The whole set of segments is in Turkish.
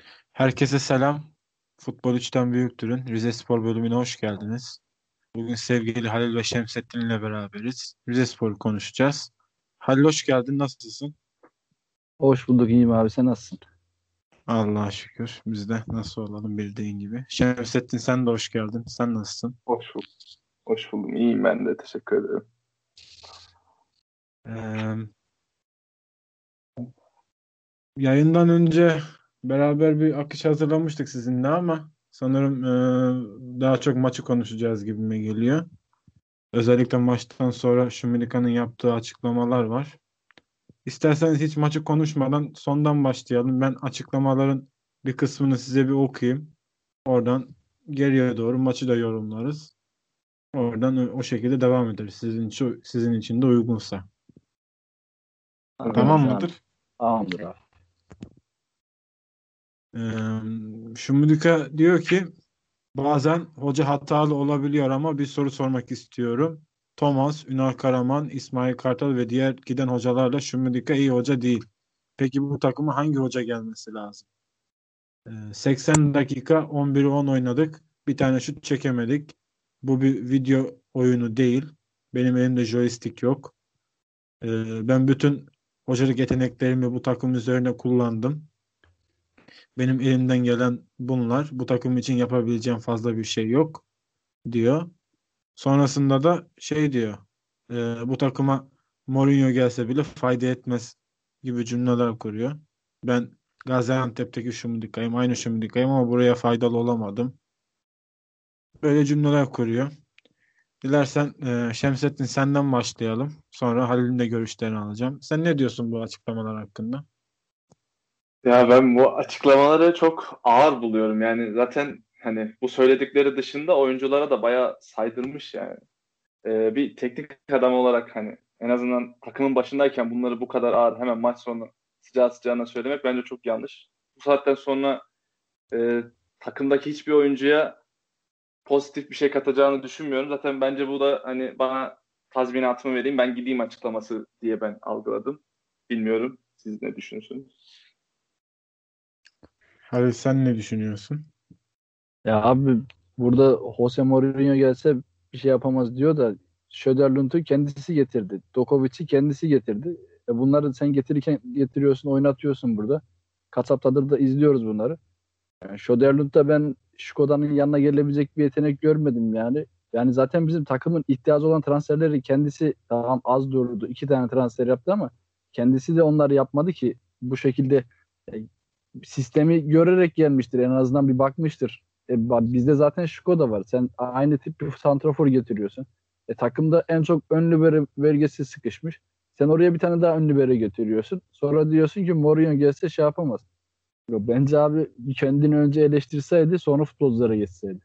Herkese selam. Futbol 3'ten Büyüktür'ün Rizespor bölümüne hoş geldiniz. Bugün sevgili Halil ve Şemsettin ile beraberiz. Rizespor'u konuşacağız. Halil hoş geldin. Nasılsın? Hoş bulduk, iyiyim abi, sen nasılsın? Allah'a şükür. Biz de nasıl olalım bildiğin gibi. Şemsettin sen de hoş geldin. Sen nasılsın? Hoş buldum. Hoş buldum. İyiyim ben de. Teşekkür ederim. Ee, Yayından önce beraber bir akış hazırlamıştık sizinle ama sanırım daha çok maçı konuşacağız gibime geliyor. Özellikle maçtan sonra Şumidika'nın yaptığı açıklamalar var. İsterseniz hiç maçı konuşmadan sondan başlayalım. Ben açıklamaların bir kısmını size bir okuyayım. Oradan geriye doğru maçı da yorumlarız. Oradan o şekilde devam ederiz. Sizin için de uygunsa. Tamam Anladım abi. mıdır? Tamamdır abi. Şumudika diyor ki bazen hoca hatalı olabiliyor ama bir soru sormak istiyorum. Thomas, Ünal Karaman, İsmail Kartal ve diğer giden hocalarla Şumudika iyi hoca değil. Peki bu takıma hangi hoca gelmesi lazım? 80 dakika 11'e 10 oynadık. Bir tane şut çekemedik. Bu bir video oyunu değil. Benim elimde joystick yok. Ben bütün hocalık yeteneklerimi bu takım üzerine kullandım. Benim elimden gelen bunlar. Bu takım için yapabileceğim fazla bir şey yok diyor. Sonrasında da şey diyor. Bu takıma Mourinho gelse bile fayda etmez gibi cümleler kuruyor. Ben Gaziantep'teki Şumdika'yım, aynı Şumdika'yım ama buraya faydalı olamadım. Böyle cümleler kuruyor. Dilersen Şemsettin senden başlayalım. Sonra Halil'in de görüşlerini alacağım. Sen ne diyorsun bu açıklamalar hakkında? Ya ben bu açıklamaları çok ağır buluyorum. Yani zaten hani bu söyledikleri dışında oyunculara da bayağı saydırmış yani. Bir teknik adam olarak hani en azından takımın başındayken bunları bu kadar ağır hemen maç sonu sıcağı sıcağına söylemek bence çok yanlış. Bu saatten sonra e, takımdaki hiçbir oyuncuya pozitif bir şey katacağını düşünmüyorum. Zaten bence bu da hani bana tazminatımı vereyim ben gideyim açıklaması diye ben algıladım. Bilmiyorum. Siz ne düşünüyorsunuz? Halil sen ne düşünüyorsun? Ya abi, burada Jose Mourinho gelse bir şey yapamaz diyor da Söderlund'u kendisi getirdi. Dokovic'i kendisi getirdi. Bunları sen getirirken getiriyorsun, oynatıyorsun burada. Kasaptadır da izliyoruz bunları. Yani Söderlund'da ben Şkoda'nın yanına gelebilecek bir yetenek görmedim yani. Yani zaten bizim takımın ihtiyacı olan transferleri kendisi tamam az durdu. İki tane transfer yaptı ama kendisi de onları yapmadı ki bu şekilde e, sistemi görerek gelmiştir. En azından bir bakmıştır. Bizde zaten Şkoda var. Sen aynı tip bir santrafor getiriyorsun. Takımda en çok ön libero bölgesi sıkışmış. Sen oraya bir tane daha ön libero getiriyorsun. Sonra diyorsun ki Mourinho gelse şey yapamaz. Bence abi kendini önce eleştirseydi sonra futbolculara geçseydi.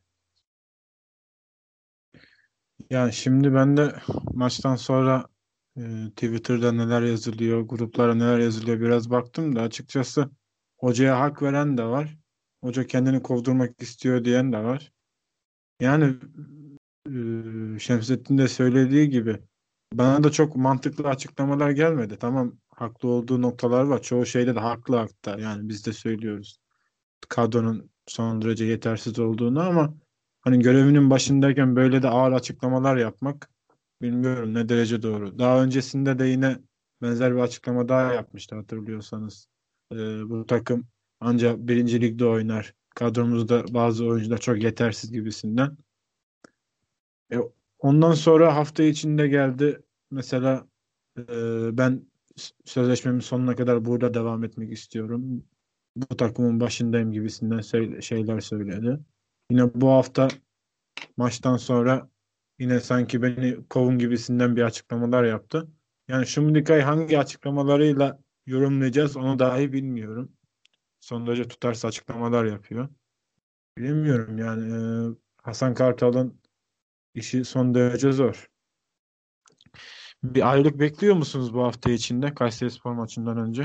Yani şimdi ben de maçtan sonra Twitter'da neler yazılıyor, gruplara neler yazılıyor biraz baktım da açıkçası hocaya hak veren de var. Hoca kendini kovdurmak istiyor diyen de var. Yani Şemsettin de söylediği gibi bana da çok mantıklı açıklamalar gelmedi. Tamam haklı olduğu noktalar var. Çoğu şeyde de haklı hatta. Yani biz de söylüyoruz. Kadronun son derece yetersiz olduğunu ama hani görevinin başındayken böyle de ağır açıklamalar yapmak bilmiyorum ne derece doğru. Daha öncesinde de yine benzer bir açıklama daha yapmıştı hatırlıyorsanız. Bu takım ancak birinci ligde oynar. Kadromuzda bazı oyuncular çok yetersiz gibisinden. E, Ondan sonra hafta içinde geldi. Mesela ben sözleşmemin sonuna kadar burada devam etmek istiyorum. Bu takımın başındayım gibisinden şeyler söyledi. Yine bu hafta maçtan sonra yine sanki beni kovun gibisinden bir açıklamalar yaptı. Yani Şumdika'yı hangi açıklamalarıyla yorumlayacağız onu dahi bilmiyorum. Son derece tutarsız açıklamalar yapıyor. Bilmiyorum yani Hasan Kartal'ın işi son derece zor. Bir ayrılık bekliyor musunuz bu hafta içinde Kayserispor maçından önce?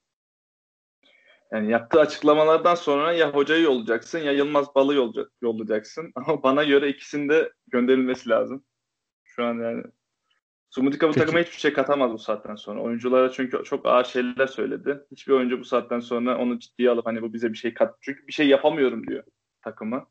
Yani yaptığı açıklamalardan sonra ya hocayı yollayacaksın ya Yılmaz Balı yollayacaksın. Ama bana göre ikisinin de gönderilmesi lazım. Şu an yani Sumudika bu takıma Peki, hiçbir şey katamaz bu saatten sonra. Oyunculara çünkü çok ağır şeyler söyledi. Hiçbir oyuncu bu saatten sonra onu ciddiye alıp hani bu bize bir şey kat. Çünkü bir şey yapamıyorum diyor takıma.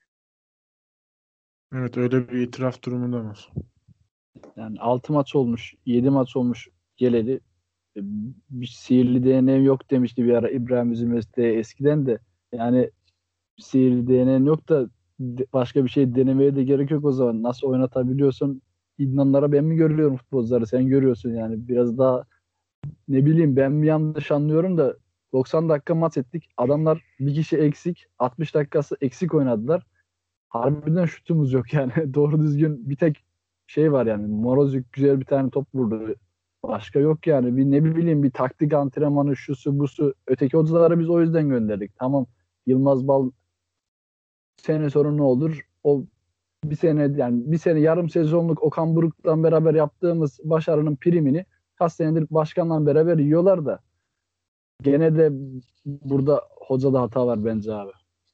evet, öyle bir itiraf durumu da var. Yani 6 maç olmuş, 7 maç olmuş geleli. E, Bir sihirli değneğim yok demişti bir ara İbrahim Üzülmez'de eskiden de. Yani sihirli değneğin yok da başka bir şey denemeye de gerek yok o zaman. Nasıl oynatabiliyorsun? İdmanlara ben mi görüyorum futbolcuları? Sen görüyorsun yani. Biraz daha ne bileyim ben mi yanlış anlıyorum da 90 dakika maç ettik. Adamlar bir kişi eksik. 60 dakikası eksik oynadılar. Harbiden şutumuz yok yani. Doğru düzgün bir tek şey var yani. Morozic güzel bir tane top vurdu. Başka yok yani. Bir ne bileyim bir taktik antrenmanı şusu busu. Öteki hocalara biz o yüzden gönderdik. Tamam Yılmaz Bal sene sonra ne olur? O bir sene yani bir sene yarım sezonluk Okan Buruk'la beraber yaptığımız başarının primini kaç senedir başkanla beraber yiyorlar da gene de burada hocada hata var bence abi.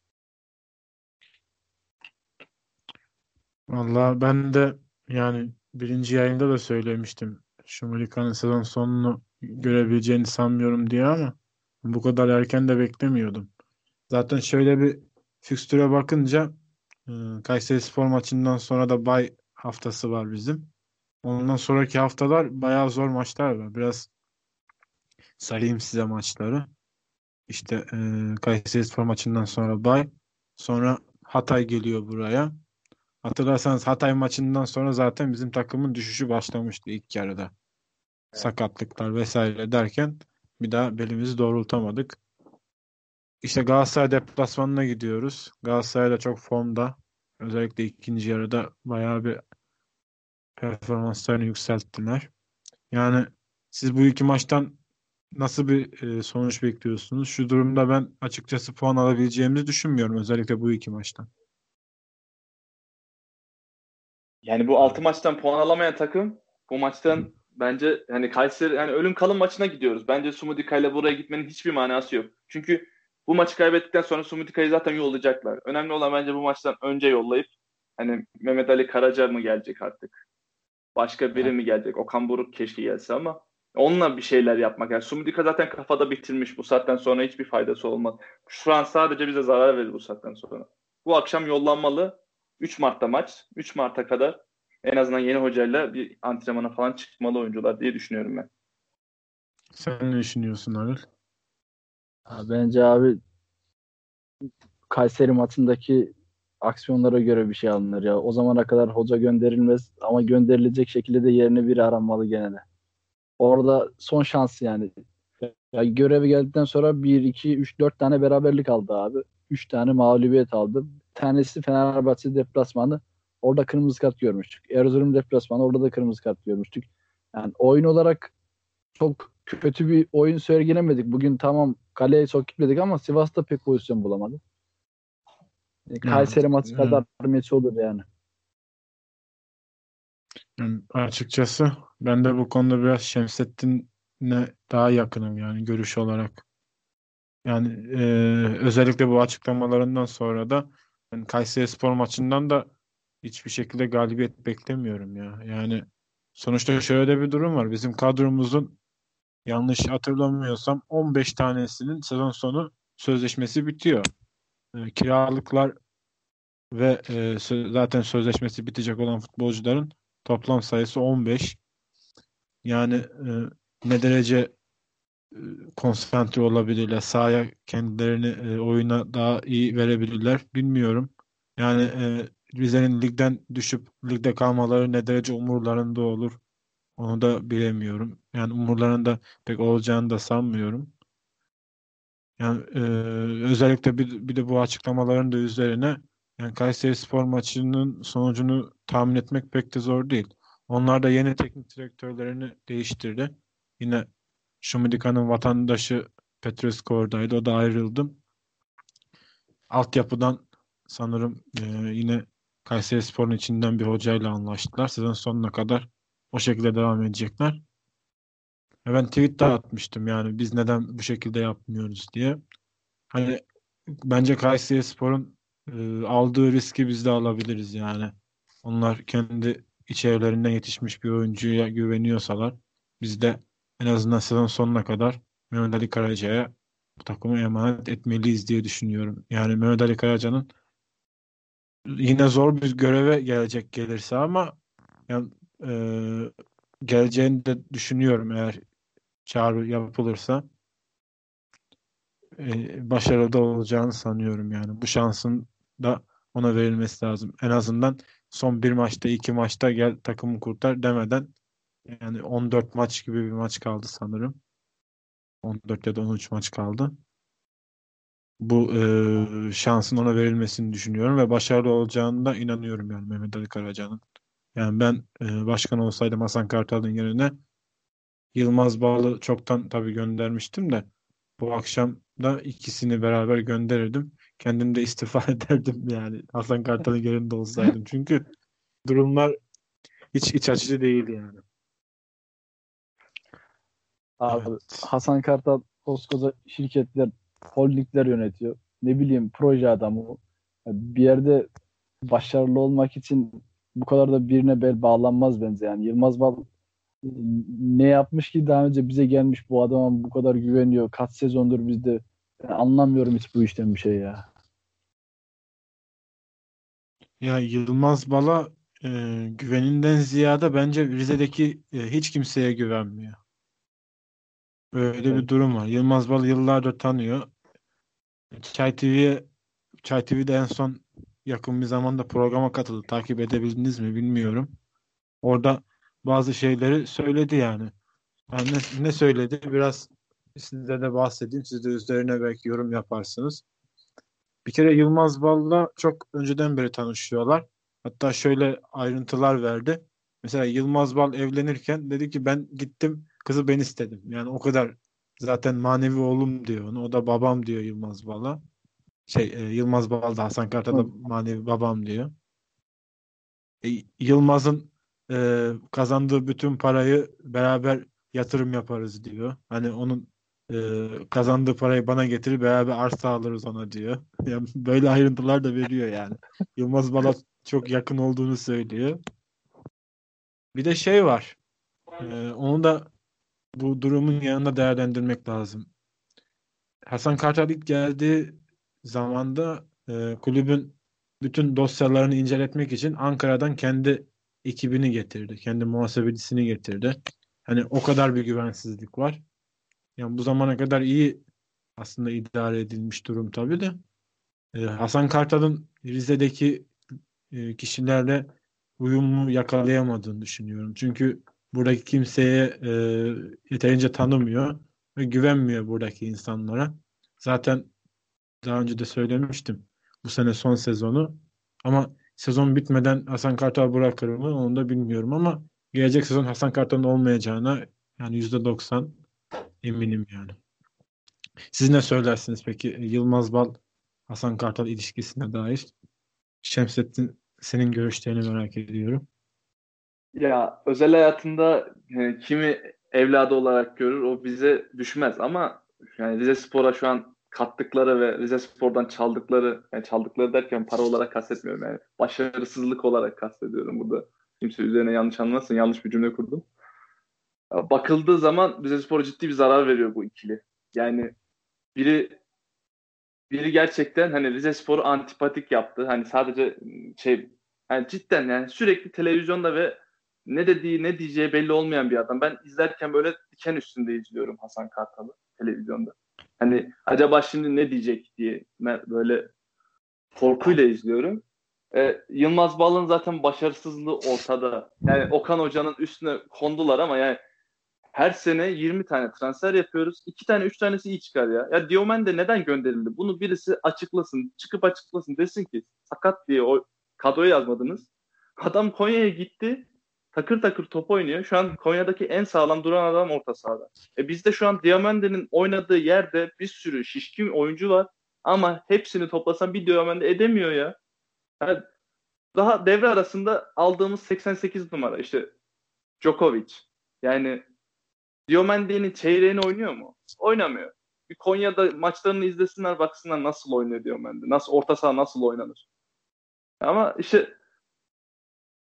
Vallahi ben de yani birinci yayında da söylemiştim. Şumalika'nın sezon sonunu görebileceğini sanmıyorum diye ama bu kadar erken de beklemiyordum. Zaten şöyle bir fikstüre bakınca Kayserispor maçından sonra da bay haftası var bizim. Ondan sonraki haftalar bayağı zor maçlar var. Biraz sarayım size maçları. İşte Kayserispor maçından sonra bay. Sonra Hatay geliyor buraya. Hatırlarsanız Hatay maçından sonra zaten bizim takımın düşüşü başlamıştı ilk yarıda. Sakatlıklar vesaire derken bir daha belimizi doğrultamadık. İşte Galatasaray deplasmanına gidiyoruz. Galatasaray da çok formda. Özellikle ikinci yarıda bayağı bir performanslarını yükselttiler. Yani siz bu iki maçtan nasıl bir sonuç bekliyorsunuz? Şu durumda ben açıkçası puan alabileceğimizi düşünmüyorum. Özellikle bu iki maçtan. Yani bu 6 maçtan puan alamayan takım bu maçtan bence hani Kayseri yani ölüm kalım maçına gidiyoruz. Bence Sumudika ile buraya gitmenin hiçbir manası yok. Çünkü bu maçı kaybettikten sonra Sumudika'yı zaten yollayacaklar. Önemli olan bence bu maçtan önce yollayıp hani Mehmet Ali Karaca mı gelecek artık? Başka biri mi gelecek? Okan Buruk keşke gelse ama onunla bir şeyler yapmak. Yani Sumudika zaten kafada bitirmiş. Bu saatten sonra hiçbir faydası olmaz. Şu an sadece bize zarar verir bu saatten sonra. Bu akşam yollanmalı. 3 Mart'ta maç. 3 Mart'a kadar en azından yeni hocayla bir antrenmana falan çıkmalı oyuncular diye düşünüyorum ben. Sen ne düşünüyorsun Arıl? Bence abi Kayseri maçındaki aksiyonlara göre bir şey alınır ya. O zamana kadar hoca gönderilmez ama gönderilecek şekilde de yerine biri aranmalı gene de. Orada son şans yani. Ya görevi geldikten sonra bir 2 3 4 tane beraberlik aldı abi. 3 tane mağlubiyet aldı. Bir tanesi Fenerbahçe deplasmanı. Orada kırmızı kart görmüştük. Erzurum deplasmanı orada da kırmızı kart görmüştük. Yani oyun olarak çok kötü bir oyun sergilemedik. Bugün tamam kaleye çok gitmedik ama Sivas'ta pek pozisyon bulamadı. Ya, Kayseri maçı kadar meç olur yani. yani açıkçası ben de bu konuda biraz Şemsettin'le daha yakınım yani görüş olarak. Yani özellikle bu açıklamalarından sonra da ben Kayserispor maçından da hiçbir şekilde galibiyet beklemiyorum ya. Yani sonuçta şöyle bir durum var. Bizim kadromuzun yanlış hatırlamıyorsam 15 tanesinin sezon sonu sözleşmesi bitiyor. Kiralıklar ve zaten sözleşmesi bitecek olan futbolcuların toplam sayısı 15. Yani ne derece e, konsantre olabilirler, sahaya kendilerini oyuna daha iyi verebilirler bilmiyorum. Yani Rize'nin ligden düşüp ligde kalmaları ne derece umurlarında olur onu da bilemiyorum. Yani umurlarında pek olacağını da sanmıyorum. Yani özellikle bir de bu açıklamaların da üzerine yani Kayserispor maçının sonucunu tahmin etmek pek de zor değil. Onlar da yeni teknik direktörlerini değiştirdi. Yine Şumidika'nın vatandaşı Petrescu oradaydı. O da ayrıldı. Altyapıdan sanırım yine Kayserispor'un içinden bir hocayla anlaştılar. Sezon sonuna kadar o şekilde devam edecekler. Ben tweet de atmıştım yani biz neden bu şekilde yapmıyoruz diye. Hani bence Kayserispor'un aldığı riski biz de alabiliriz yani. Onlar kendi içerilerinden yetişmiş bir oyuncuya güveniyorsalar biz de en azından sezon sonuna kadar Mehmet Ali Karaca'ya bu takımı emanet etmeliyiz diye düşünüyorum. Yani Mehmet Ali Karaca'nın yine zor bir göreve gelirse ama yani, geleceğini de düşünüyorum eğer çağrı yapılırsa başarılı da olacağını sanıyorum yani. Bu şansın da ona verilmesi lazım. En azından son bir maçta, iki maçta gel takımı kurtar demeden yani 14 maç gibi bir maç kaldı sanırım. 14 ya da 13 maç kaldı. Bu şansın ona verilmesini düşünüyorum ve başarılı olacağını da inanıyorum yani Mehmet Ali Karaca'nın. Yani ben başkan olsaydım Hasan Kartal'ın yerine Yılmaz Bağlı çoktan tabii göndermiştim de bu akşam da ikisini beraber gönderirdim. Kendim de istifa ederdim yani Hasan Kartal'ın yerinde olsaydım. Çünkü durumlar hiç iç açıcı değil yani. Abi Evet. Hasan Kartal koskoca şirketler, holdingler yönetiyor. Ne bileyim proje adamı. Bir yerde başarılı olmak için bu kadar da birine bel bağlanmaz bence yani. Yılmaz Bal ne yapmış ki daha önce bize gelmiş bu adama bu kadar güveniyor. Kaç sezondur bizde. Ben anlamıyorum hiç bu işten bir şey ya. Ya Yılmaz Bala güveninden ziyade bence Rize'deki hiç kimseye güvenmiyor. Öyle Evet. bir durum var. Yılmaz Bal yıllardır tanıyor. Çay TV'ye Çay TV'de en son yakın bir zamanda programa katıldı. Takip edebildiniz mi bilmiyorum. Orada bazı şeyleri söyledi yani. Yani ne söyledi? Biraz size de bahsedeyim. Siz de üzerine belki yorum yaparsınız. Bir kere Yılmaz Bal'la çok önceden beri tanışıyorlar. Hatta şöyle ayrıntılar verdi. Mesela Yılmaz Bal evlenirken dedi ki ben gittim kızı ben istedim. Yani o kadar zaten manevi oğlum diyor onu. O da babam diyor Yılmaz Bal'a. Yılmaz Bal da Hasan Kartal'a manevi babam diyor. Yılmaz'ın kazandığı bütün parayı beraber yatırım yaparız diyor. Hani onun kazandığı parayı bana getir beraber arsa alırız ona diyor. Yani böyle ayrıntılar da veriyor yani. Yılmaz bana çok yakın olduğunu söylüyor. Bir de şey var. Onu da bu durumun yanında değerlendirmek lazım. Hasan Kartal ilk geldiği zamanda kulübün bütün dosyalarını inceletmek için Ankara'dan kendi ekibini getirdi. Kendi muhasebecisini getirdi. Hani o kadar bir güvensizlik var. Yani bu zamana kadar iyi aslında idare edilmiş durum tabii de. Hasan Kartal'ın Rize'deki kişilerle uyumu yakalayamadığını düşünüyorum. Çünkü buradaki kimseye yeterince tanımıyor ve güvenmiyor buradaki insanlara. Zaten daha önce de söylemiştim. Bu sene son sezonu. Ama sezon bitmeden Hasan Kartal bırakır mı onu da bilmiyorum ama gelecek sezon Hasan Kartal'ın olmayacağına yani %90 eminim yani. Siz ne söylersiniz peki Yılmaz Bal Hasan Kartal ilişkisine dair? Şemsettin senin görüşlerini merak ediyorum. Ya özel hayatında kimi evladı olarak görür o bize düşmez ama yani Rize Spor'a şu an kattıkları ve Rize Spor'dan çaldıkları, yani çaldıkları derken para olarak kastetmiyorum, yani başarısızlık olarak kastediyorum burada. Kimse üzerine yanlış anlamasın, yanlış bir cümle kurdum. Ya bakıldığı zaman Rize Spor'a ciddi bir zarar veriyor bu ikili. Yani biri biri gerçekten hani Rize Spor'u antipatik yaptı. Hani sadece şey, yani cidden yani sürekli televizyonda ve ne dediği ne diyeceği belli olmayan bir adam. Ben izlerken böyle diken üstünde izliyorum Hasan Kartal'ı televizyonda. Hani acaba şimdi ne diyecek diye ben böyle korkuyla izliyorum. Yılmaz Bal'ın zaten başarısızlığı ortada. Yani Okan Hoca'nın üstüne kondular ama yani her sene 20 tane transfer yapıyoruz. 2 tane 3 tanesi iyi çıkar ya. Ya Diomande neden gönderildi? Bunu birisi açıklasın. Çıkıp açıklasın. Desin ki sakat diye o kadroya yazmadınız. Adam Konya'ya gitti. Takır takır top oynuyor. Şu an Konya'daki en sağlam duran adam orta sahada. Bizde şu an Diomande'nin oynadığı yerde bir sürü şişkin oyuncu var. Ama hepsini toplasan bir Diomande edemiyor ya. Yani daha devre arasında aldığımız 88 numara işte Djokovic. Yani Diomende'nin çeyreğini oynuyor mu? Oynamıyor. Bir Konya'da maçlarını izlesinler, baksınlar nasıl oynuyor Diomende. Nasıl orta saha nasıl oynanır. Ama işte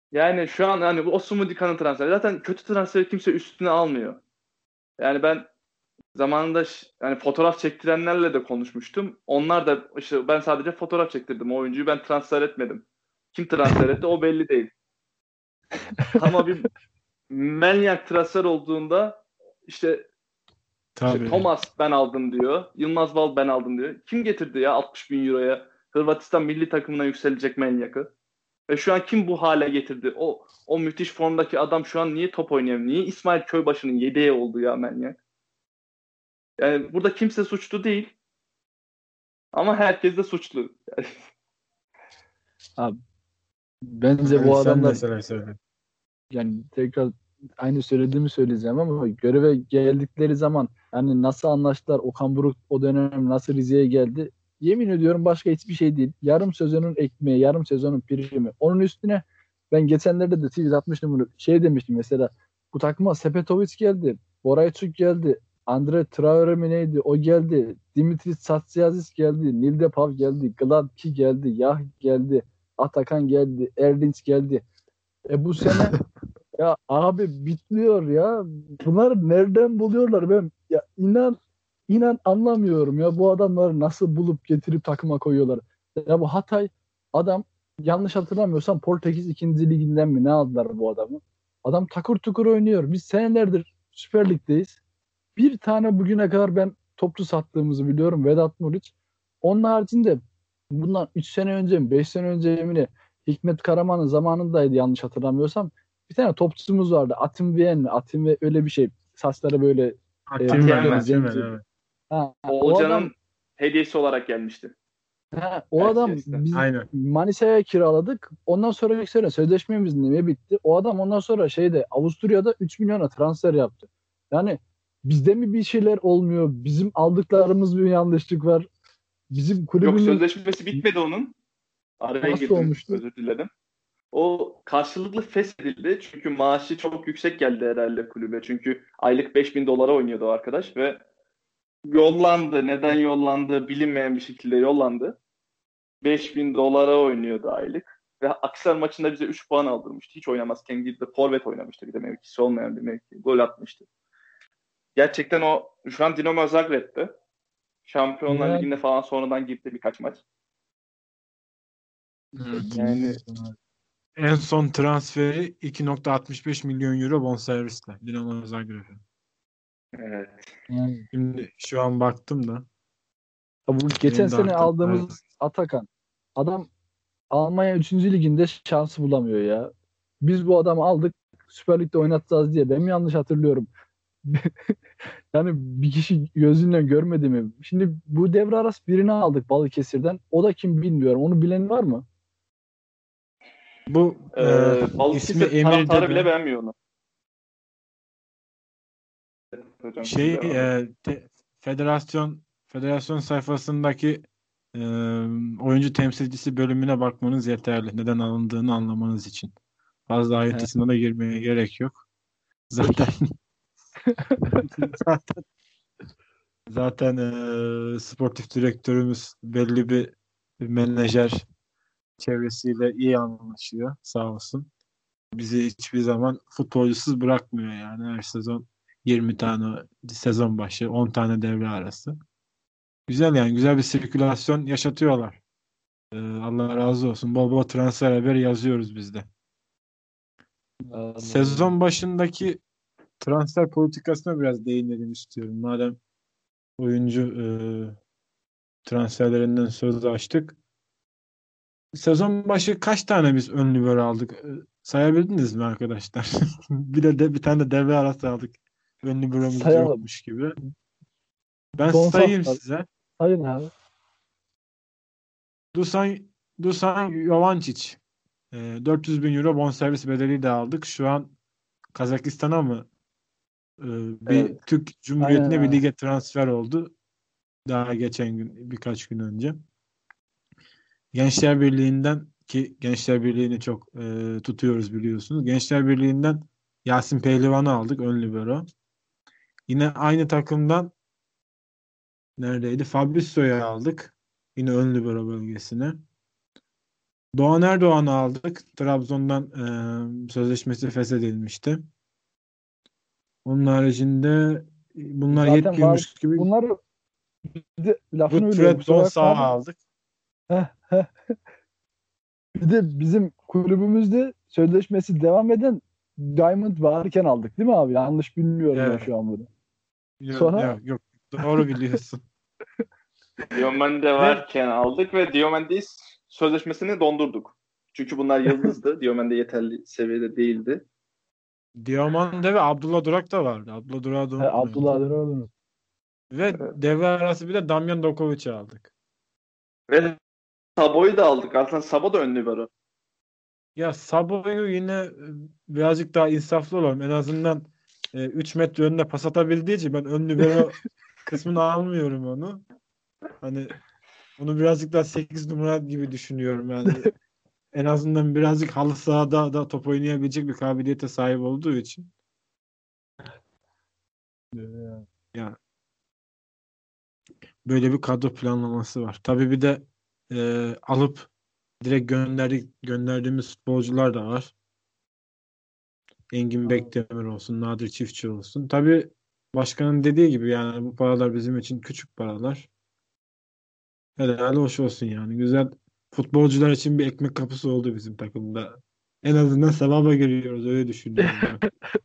Yani şu an hani bu Osumudika'nın transferi. Zaten kötü transferi kimse üstüne almıyor. Yani ben zamanında yani fotoğraf çektirenlerle de konuşmuştum. Onlar da işte ben sadece fotoğraf çektirdim. O oyuncuyu ben transfer etmedim. Kim transfer etti o belli değil. Ama bir Melnyak transfer olduğunda işte Tabii. Thomas ben aldım diyor. Yılmaz Val ben aldım diyor. Kim getirdi ya 60 bin euroya Hırvatistan milli takımına yükselecek Melnyak'ı? Ve şu an kim bu hale getirdi? O müthiş formdaki adam şu an niye top oynayamıyor? Niye İsmail Köybaşı'nın yedeği oldu ya Melnyak? Yani burada kimse suçlu değil ama herkes de suçlu. Abi, bence Yani bu sen adamlar, mesela söyle. yani tekrar aynı söylediğimi söyleyeceğim ama göreve geldikleri zaman hani nasıl anlaştılar, Okan Buruk o dönem nasıl Rize'ye geldi, yemin ediyorum başka hiçbir şey değil. Yarım sezonun ekmeği, yarım sezonun primi. Onun üstüne ben geçenlerde de tweet atmıştım bunu. Şey demiştim mesela, bu takıma Sepetovic geldi, Borayçuk geldi, Andre Traore mi neydi o geldi, Dimitris Satsiazis geldi, Nilde Pav geldi, Gladki geldi, Yah geldi, Atakan geldi, Erdinç geldi. Bu sene ya abi bitmiyor ya. Bunları nereden buluyorlar? Ben ya inan anlamıyorum ya, bu adamları nasıl bulup getirip takıma koyuyorlar. Ya bu Hatay adam, yanlış hatırlamıyorsam Portekiz ikinci liginden mi ne aldılar bu adamı? Adam takır tukur oynuyor. Biz senelerdir Süper Lig'deyiz. Bir tane bugüne kadar ben topçu sattığımızı biliyorum, Vedat Muriç. Onun haricinde bundan 3 sene önce mi 5 sene önce mi ne, Hikmet Karaman'ın zamanındaydı yanlış hatırlamıyorsam. Bir tane topçumuz vardı. Atim Viyen mi? Atim ve öyle bir şey. Saçları böyle Atimen, hafif Atiyen böyle var. Atimen, zenci. evet. O adam, Oğulcan'ın hediyesi olarak gelmişti. o adam Erciyes'te. biz Aynen. Manisa'ya kiraladık. Ondan sonraki sene sözleşmemiz ne bitti. O adam ondan sonra şeyde Avusturya'da 3 milyona transfer yaptı. Yani bizde mi bir şeyler olmuyor? Bizim aldıklarımız bir yanlışlık var. Bizim Yok, kulübümüz sözleşmesi bitmedi onun. Araya nasıl girdim. olmuştu? Özür dilerim. O karşılıklı feshedildi. Çünkü maaşı çok yüksek geldi herhalde kulübe. Çünkü aylık 5.000 dolara oynuyordu o arkadaş ve yollandı. Neden yollandığı bilinmeyen bir şekilde yollandı. 5.000 dolara oynuyordu aylık. Ve Akhisar maçında bize 3 puan aldırmıştı. Hiç oynamazken girdi. Forvet oynamıştı, bir de mevkisi olmayan bir mevki. Gol atmıştı. Gerçekten o şu an Dinamo Zagreb'te. Şampiyonlar Yani Ligi'nde falan sonradan girdi birkaç maç. Evet. Yani En son transferi 2,65 milyon euro bonservisle Dinamo Zagreb'e. evet. yani Şimdi şu an baktım da bu geçen benim de sene aklımda. aldığımız Atakan adam Almanya 3. liginde şansı bulamıyor ya. Biz bu adamı aldık, Süper Lig'de oynatacağız diye. Ben mi yanlış hatırlıyorum? Yani bir kişi gözünden görmedi mi? Şimdi bu devre arası birini aldık Balıkesir'den. O da kim bilmiyorum. Onu bilen var mı? Bu ismi Balıkesir Emir taraftarı bile Dede. beğenmiyor onu. Hocam siz Şey devam edin. federasyon sayfasındaki e, oyuncu temsilcisi bölümüne bakmanız yeterli. Neden alındığını anlamanız için. Fazla He, ayrıntısına da girmeye gerek yok. Zaten peki. zaten zaten sportif direktörümüz belli bir menajer çevresiyle iyi anlaşıyor. Sağ olsun. Bizi hiçbir zaman futbolcusuz bırakmıyor yani. Her sezon 20 tane sezon başı, 10 tane devre arası. Güzel yani. Güzel bir sirkülasyon yaşatıyorlar. Allah razı olsun. Bol bol transfer haberi yazıyoruz biz de. Allah Allah. Sezon başındaki transfer politikasına biraz değinelim istiyorum. Madem oyuncu transferlerinden söz açtık. Sezon başı kaç tane biz ön libero aldık? Sayabildiniz mi arkadaşlar? Bir tane de devre arası aldık. Ön liberomuz Sayalım. yokmuş gibi. Ben Donsas sayayım var. size. Sayın abi. Dusan Dusan Jovančić. 400 bin euro bonservis bedeli de aldık. Şu an Kazakistan'a mı bir Evet. Türk Aynen Cumhuriyeti'ne bir abi. lige transfer oldu. Daha geçen gün, birkaç gün önce. Gençler Birliği'nden, ki Gençler Birliği'ni çok tutuyoruz biliyorsunuz. Gençler Birliği'nden Yasin Pehlivan'ı aldık, ön libero. Yine aynı takımdan neredeydi? Fabrizio'yu aldık. Yine ön libero bölgesine. Doğan Erdoğan'ı aldık. Trabzon'dan sözleşmesi feshedilmişti. Onun haricinde bunlar Zaten var. yetmiyormuş gibi Bunlar bir de lafını bölüyorum. Gottfried Kusura bakma Donsah'ı abi. aldık. Heh, heh. Bir de bizim kulübümüzde sözleşmesi devam eden Diamond varken aldık değil mi abi? Yanlış bilmiyorum ben Evet. şu an bunu. Yok, Sonra yok, yok. Doğru biliyorsun. Diomande Ve varken aldık ve Diomande'yi sözleşmesini dondurduk. Çünkü bunlar yıldızdı. Diomande yeterli seviyede değildi. Diomande ve Abdullah Durak da vardı. Abdullah Durak'ı da unutmayalım. Abdullah Adını Ve devre arası bir de Damjan Dokovic'i aldık. Ve Sabo'yu da aldık. Aslında Sabo da ön libero. Ya Sabo'yu yine birazcık daha insaflı olalım. En azından 3 metre önüne pas atabildiği için ben ön libero kısmını almıyorum onu. Hani onu birazcık daha 8 numara gibi düşünüyorum yani. En azından birazcık halı sahada da top oynayabilecek bir kabiliyete sahip olduğu için. Ya böyle bir kadro planlaması var. Tabii bir de alıp direkt gönderdiğimiz futbolcular da var. Engin Bekdemir olsun, Nadir Çiftçi olsun. Tabii başkanın dediği gibi yani bu paralar bizim için küçük paralar. Helal hoş olsun yani. Güzel futbolcular için bir ekmek kapısı oldu bizim takımda. En azından sevaba giriyoruz öyle düşünüyorum ben.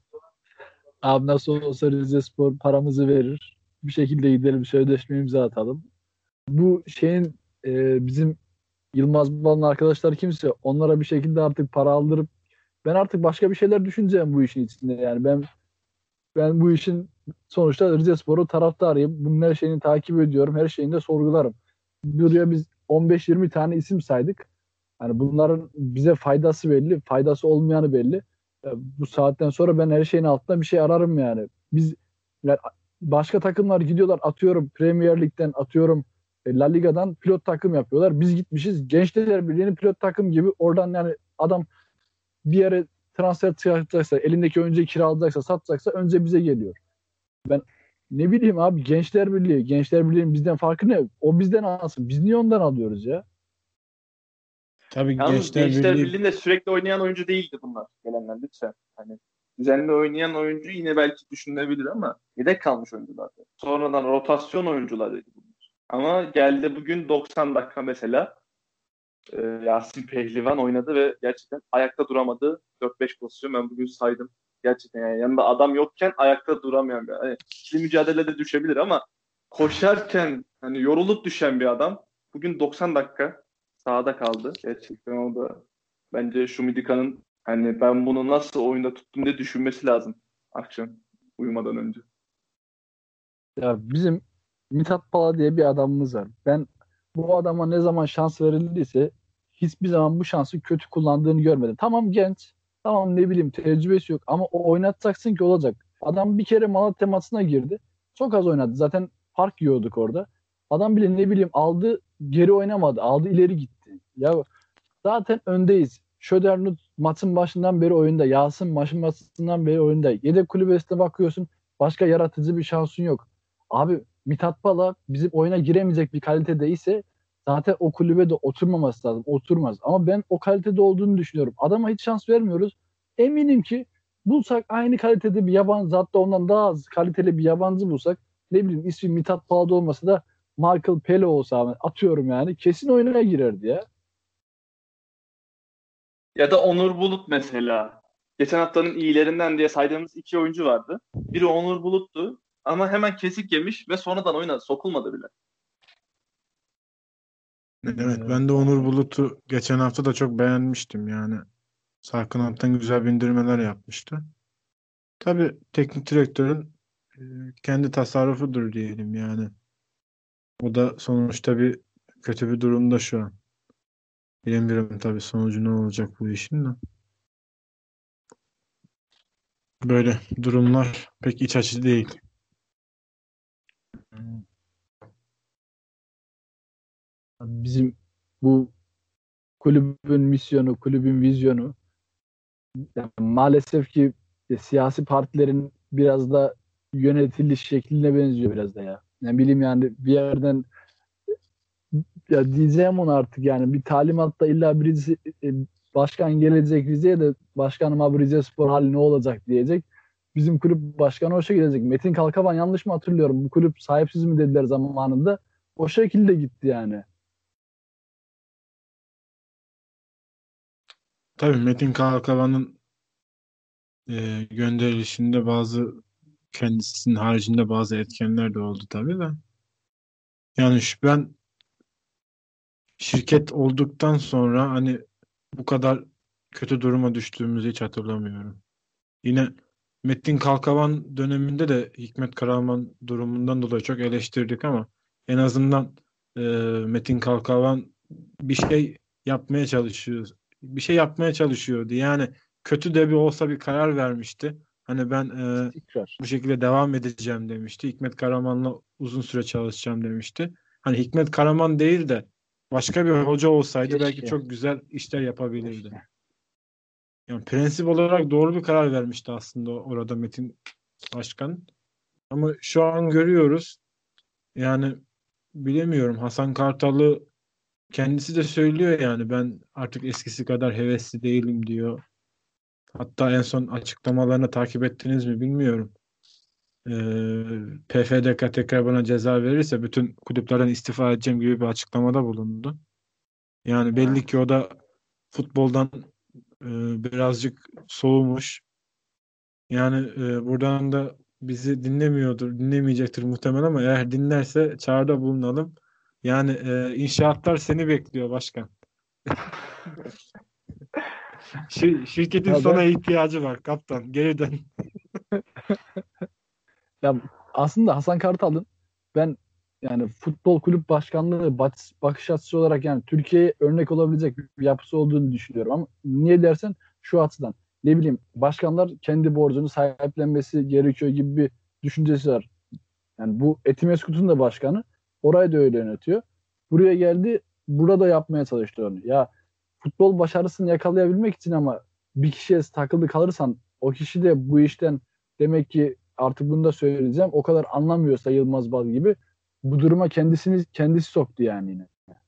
Abi nasıl olsa Rizespor paramızı verir. Bir şekilde gidelim sözleşme imza atalım. Bu şeyin bizim Yılmaz Bal'ın arkadaşlar kimse onlara bir şekilde artık para aldırıp ben artık başka bir şeyler düşüneceğim bu işin içinde. Yani ben bu işin sonuçta Rizespor'u taraftarıyım. Bunun her şeyini takip ediyorum. Her şeyini de sorgularım. Buraya biz 15-20 tane isim saydık. Yani bunların bize faydası belli, faydası olmayanı belli. Bu saatten sonra ben her şeyin altında bir şey ararım yani. Biz yani başka takımlar gidiyorlar atıyorum Premier Lig'den atıyorum La Liga'dan pilot takım yapıyorlar. Biz gitmişiz Gençler Birliği'nin pilot takım gibi oradan yani adam bir yere transfer çıkartacaksa, elindeki oyuncuyu kiralayacaksa, satacaksa önce bize geliyor. Ben ne bileyim abi Gençler Birliği'nin bizden farkı ne? O bizden alsın. Biz niye ondan alıyoruz ya? Tabii Yalnız Gençler Gençler Birliği Birliği'nde sürekli oynayan oyuncu değildi bunlar. Gelenler lütfen. Hani düzenli oynayan oyuncu yine belki düşünülebilir ama yedek kalmış oyunculardı. Sonradan rotasyon oyuncularıydı bunlar. Ama geldi bugün 90 dakika mesela Yasin Pehlivan oynadı ve gerçekten ayakta duramadı. 4-5 pozisyon ben bugün saydım. Gerçekten yani yanında adam yokken ayakta duramayan bir adam. Hani ikili mücadelede düşebilir ama koşarken hani yorulup düşen bir adam. Bugün 90 dakika sahada kaldı. Gerçekten o da bence Şumidika'nın hani ben bunu nasıl oyunda tuttum diye düşünmesi lazım akşam uyumadan önce. Ya bizim Mithat Pala diye bir adamımız var. Ben bu adama ne zaman şans verildiyse hiçbir zaman bu şansı kötü kullandığını görmedim. Tamam genç, tamam ne bileyim tecrübesi yok ama o oynatacaksın ki olacak. Adam bir kere Malatya maçına girdi. Çok az oynadı. Zaten fark yiyorduk orada. Adam bile ne bileyim aldı geri oynamadı. Aldı ileri gitti. Ya zaten öndeyiz. Söderlund maçın başından beri oyunda. Yasin maçın başından beri oyunda. Yedek kulübesine bakıyorsun. Başka yaratıcı bir şansın yok. Abi Mithat Bala bizim oyuna giremeyecek bir kalitede ise zaten o kulübede oturmaması lazım. Oturmaz. Ama ben o kalitede olduğunu düşünüyorum. Adama hiç şans vermiyoruz. Eminim ki bulsak aynı kalitede bir yabancı hatta ondan daha az kaliteli bir yabancı bulsak ne bileyim ismi Mithat Bala'da olmasa da Michael Pele olsa atıyorum yani kesin oyuna girerdi ya. Ya da Onur Bulut mesela. Geçen haftanın iyilerinden diye saydığımız iki oyuncu vardı. Biri Onur Bulut'tu ama hemen kesik yemiş ve sonradan oyuna sokulmadı bile. evet ben de Onur Bulut'u geçen hafta da çok beğenmiştim yani. Sağ kanattan güzel bindirmeler yapmıştı. Tabii teknik direktörün e, kendi tasarrufudur diyelim yani. O da sonuçta kötü bir durumda şu an. Bilemiyorum tabii sonucu ne olacak bu işin de. Böyle durumlar pek iç açıcı değil. Bizim bu kulübün misyonu, kulübün vizyonu yani maalesef ki siyasi partilerin biraz da yönetiliş şekline benziyor biraz da ya. Ne bileyim yani bir yerden Ya diyeceğim onu artık, yani bir talimatta illa birisi başkan gelecek Rize'ye de, başkanım abi Rizespor hali ne olacak diyecek. Bizim kulüp başkanı o şekilde gelecek. Metin Kalkavan, yanlış mı hatırlıyorum? Bu kulüp sahipsiz mi dediler zamanında. O şekilde gitti yani. Tabii Metin Kalkavan'ın gönderilişinde kendisinin haricinde bazı etkenler de oldu tabii de. Yani ben şirket olduktan sonra hani bu kadar kötü duruma düştüğümüzü hiç hatırlamıyorum. Yine Metin Kalkavan döneminde de Hikmet Karaman durumundan dolayı çok eleştirdik ama en azından e, Metin Kalkavan bir şey yapmaya çalışıyor. Bir şey yapmaya çalışıyordu. Yani kötü de bir olsa bir karar vermişti. Hani ben İstikrar. bu şekilde devam edeceğim demişti. Hikmet Karaman'la uzun süre çalışacağım demişti. Hani Hikmet Karaman değil de başka bir hoca olsaydı belki Keşke. çok güzel işler yapabilirdi. Keşke. Yani prensip olarak doğru bir karar vermişti aslında orada Metin Başkan. Ama şu an görüyoruz. Yani bilemiyorum, Hasan Kartal'ı kendisi de söylüyor, yani ben artık eskisi kadar hevesli değilim diyor. Hatta en son açıklamalarını takip ettiniz mi bilmiyorum. PFDK tekrar bana ceza verirse bütün kulüplerden istifa edeceğim gibi bir açıklamada bulundu. Yani belli ki Evet. o da futboldan birazcık soğumuş. Yani buradan da bizi dinlemeyecektir muhtemelen ama eğer dinlerse çağrıda bulunalım. Yani inşaatlar seni bekliyor başkan. Şirketin Ya sana ben, ihtiyacı var kaptan. Geri dön. ya aslında Hasan Kartal'ın, ben yani futbol kulüp başkanlığı bakış açısı olarak yani Türkiye'ye örnek olabilecek bir yapısı olduğunu düşünüyorum. Ama niye dersen şu açıdan, ne bileyim, başkanlar kendi borcunu sahiplenmesi gerekiyor gibi bir düşüncesi var. Yani bu Etimeskut'un da başkanı orayı da öyle yönetiyor. Buraya geldi, burada yapmaya çalıştı onu. Ya futbol başarısını yakalayabilmek için, ama bir kişiye takıldı kalırsan o kişi de bu işten, demek ki artık bunu da söyleyeceğim, o kadar anlamıyorsa Yılmaz Bal gibi, bu duruma kendisi soktu yani yine.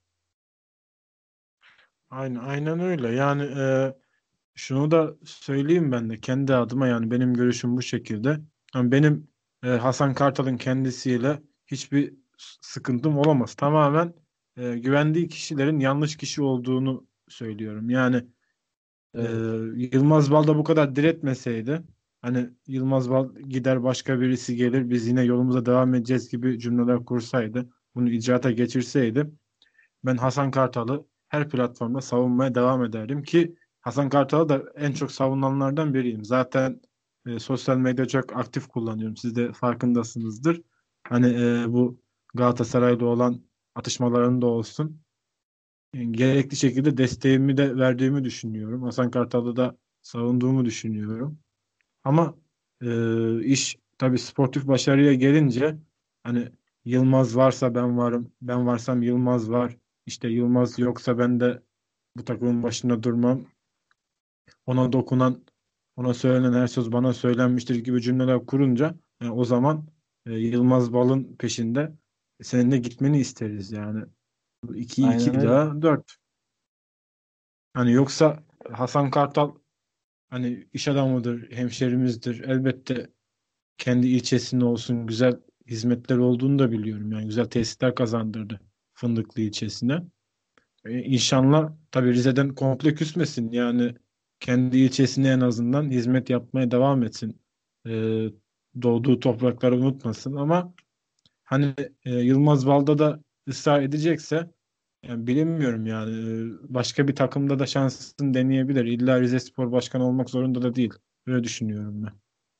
Aynen öyle. Yani şunu da söyleyeyim ben de kendi adıma, yani benim görüşüm bu şekilde. Yani benim Hasan Kartal'ın kendisiyle hiçbir sıkıntım olamaz. Tamamen güvendiği kişilerin yanlış kişi olduğunu söylüyorum. Yani Ee, Evet. Yılmaz Bal da bu kadar diretmeseydi, hani Yılmaz Bal gider başka birisi gelir biz yine yolumuza devam edeceğiz gibi cümleler kursaydı, bunu icraata geçirseydi, ben Hasan Kartal'ı her platformda savunmaya devam ederdim ki Hasan Kartal'ı da en çok savunanlardan biriyim. Zaten sosyal medya çok aktif kullanıyorum. Siz de farkındasınızdır. Hani bu Galatasaray'la olan atışmalarında olsun. Yani gerekli şekilde desteğimi de verdiğimi düşünüyorum. Hasan Kartal'ı da savunduğumu düşünüyorum. Ama iş tabii sportif başarıya gelince, hani Yılmaz varsa ben varım, ben varsam Yılmaz var. İşte Yılmaz yoksa ben de bu takımın başında durmam. Ona dokunan, ona söylenen her söz bana söylenmiştir gibi cümleler kurunca o zaman Yılmaz Bal'ın peşinde senin de gitmeni isteriz yani. 2 Aynen 2 öyle. daha 4. Hani yoksa Hasan Kartal hani iş adamıdır, hemşerimizdir. Elbette kendi ilçesinde olsun güzel hizmetler olduğunu da biliyorum. Yani güzel tesisler kazandırdı Fındıklı ilçesine. İnşallah tabii Rize'den komple küsmesin. Yani kendi ilçesine en azından hizmet yapmaya devam etsin. Ee, Doğduğu toprakları unutmasın ama hani Yılmaz Balda da ısrar edecekse, yani bilemiyorum yani. Başka bir takımda da şansını deneyebilir. İlla Rizespor başkanı olmak zorunda da değil. Öyle düşünüyorum ben.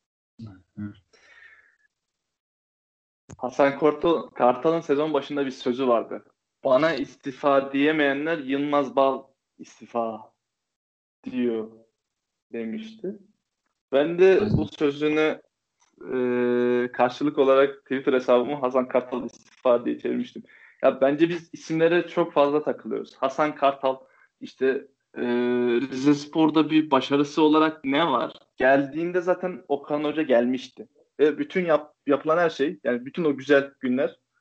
Kartal'ın sezon başında bir sözü vardı. Bana istifa diyemeyenler Yılmaz Bal istifa diyor demişti. Ben de bu Aynen. sözünü karşılık olarak Twitter hesabımı Hasan Kartal istifa diye çevirmiştim. Ya bence biz isimlere çok fazla takılıyoruz. Hasan Kartal işte Rizespor'da bir başarısı olarak ne var? Geldiğinde zaten Okan Hoca gelmişti. Ve bütün yapılan her şey, yani bütün o güzel günler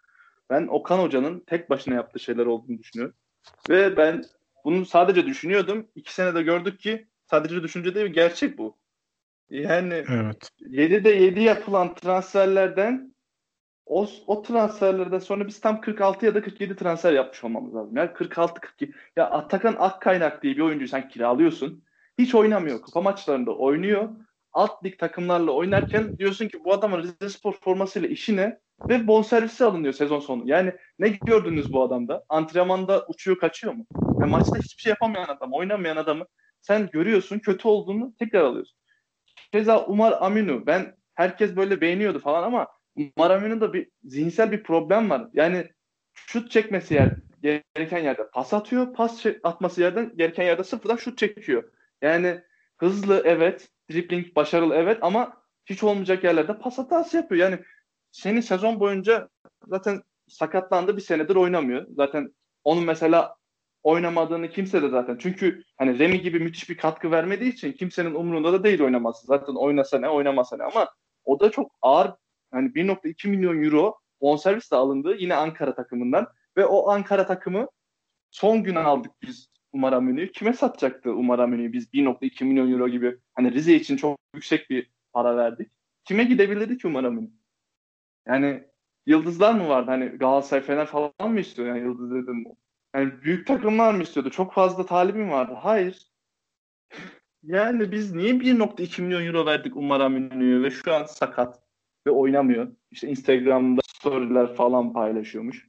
Ben Okan Hoca'nın tek başına yaptığı şeyler olduğunu düşünüyorum. Ve ben bunu sadece düşünüyordum. 2 senede gördük ki sadece düşünce değil, gerçek bu. Yani Evet. 7'de 7 yapılan transferlerden o transferlerden sonra biz tam 46 ya da 47 transfer yapmış olmamız lazım. Yani 46-42. Ya Atakan Akkaynak diye bir oyuncuyu sen kiralıyorsun. Hiç oynamıyor. Kupa maçlarında oynuyor. Alt lig takımlarla oynarken diyorsun ki bu adamın Rizespor formasıyla işi ne? Ve bonservisi alınıyor sezon sonu. Yani ne gördünüz bu adamda? Antrenmanda uçuyor kaçıyor mu? Ve maçta hiçbir şey yapamayan adam, oynamayan adamı sen görüyorsun, kötü olduğunu tekrar alıyorsun. Keza Umar Aminu. Herkes böyle beğeniyordu falan ama Umar Aminu'da bir zihinsel bir problem var. Yani şut çekmesi gereken yerde pas atıyor. Atması gereken yerde sıfırdan şut çekiyor. Yani hızlı evet, dribbling başarılı evet ama hiç olmayacak yerlerde pas hatası yapıyor. Yani seni sezon boyunca zaten sakatlandı, bir senedir oynamıyor. Zaten onun mesela oynamadığını kimse de zaten. Çünkü hani Remy gibi müthiş bir katkı vermediği için kimsenin umurunda da değil oynaması. Zaten oynasa ne, oynamasa ne ama o da çok ağır, hani 1,2 milyon euro bonservis de alındı yine Ankara takımından ve o Ankara takımı son gün aldık biz Umar Aminu'yu. Kime satacaktı Umar Aminu'yu? Biz 1,2 milyon euro gibi hani Rize için çok yüksek bir para verdik. Kime gidebilirdi ki Umar Aminu? Yani yıldızlar mı vardı? Hani Galatasaray, Fener falan mı istiyor? Yani yıldız dedim. Yani büyük takımlar mı istiyordu? Çok fazla talibim vardı. Hayır. Yani biz niye 1,2 milyon euro verdik Umar Aminu'ya ve şu an sakat ve oynamıyor. İşte Instagram'da storyler falan paylaşıyormuş.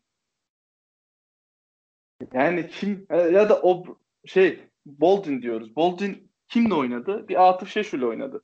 Yani kim ya da o Boldin diyoruz. Boldin kimle oynadı? Bir Atıf Şeşu'yla oynadı.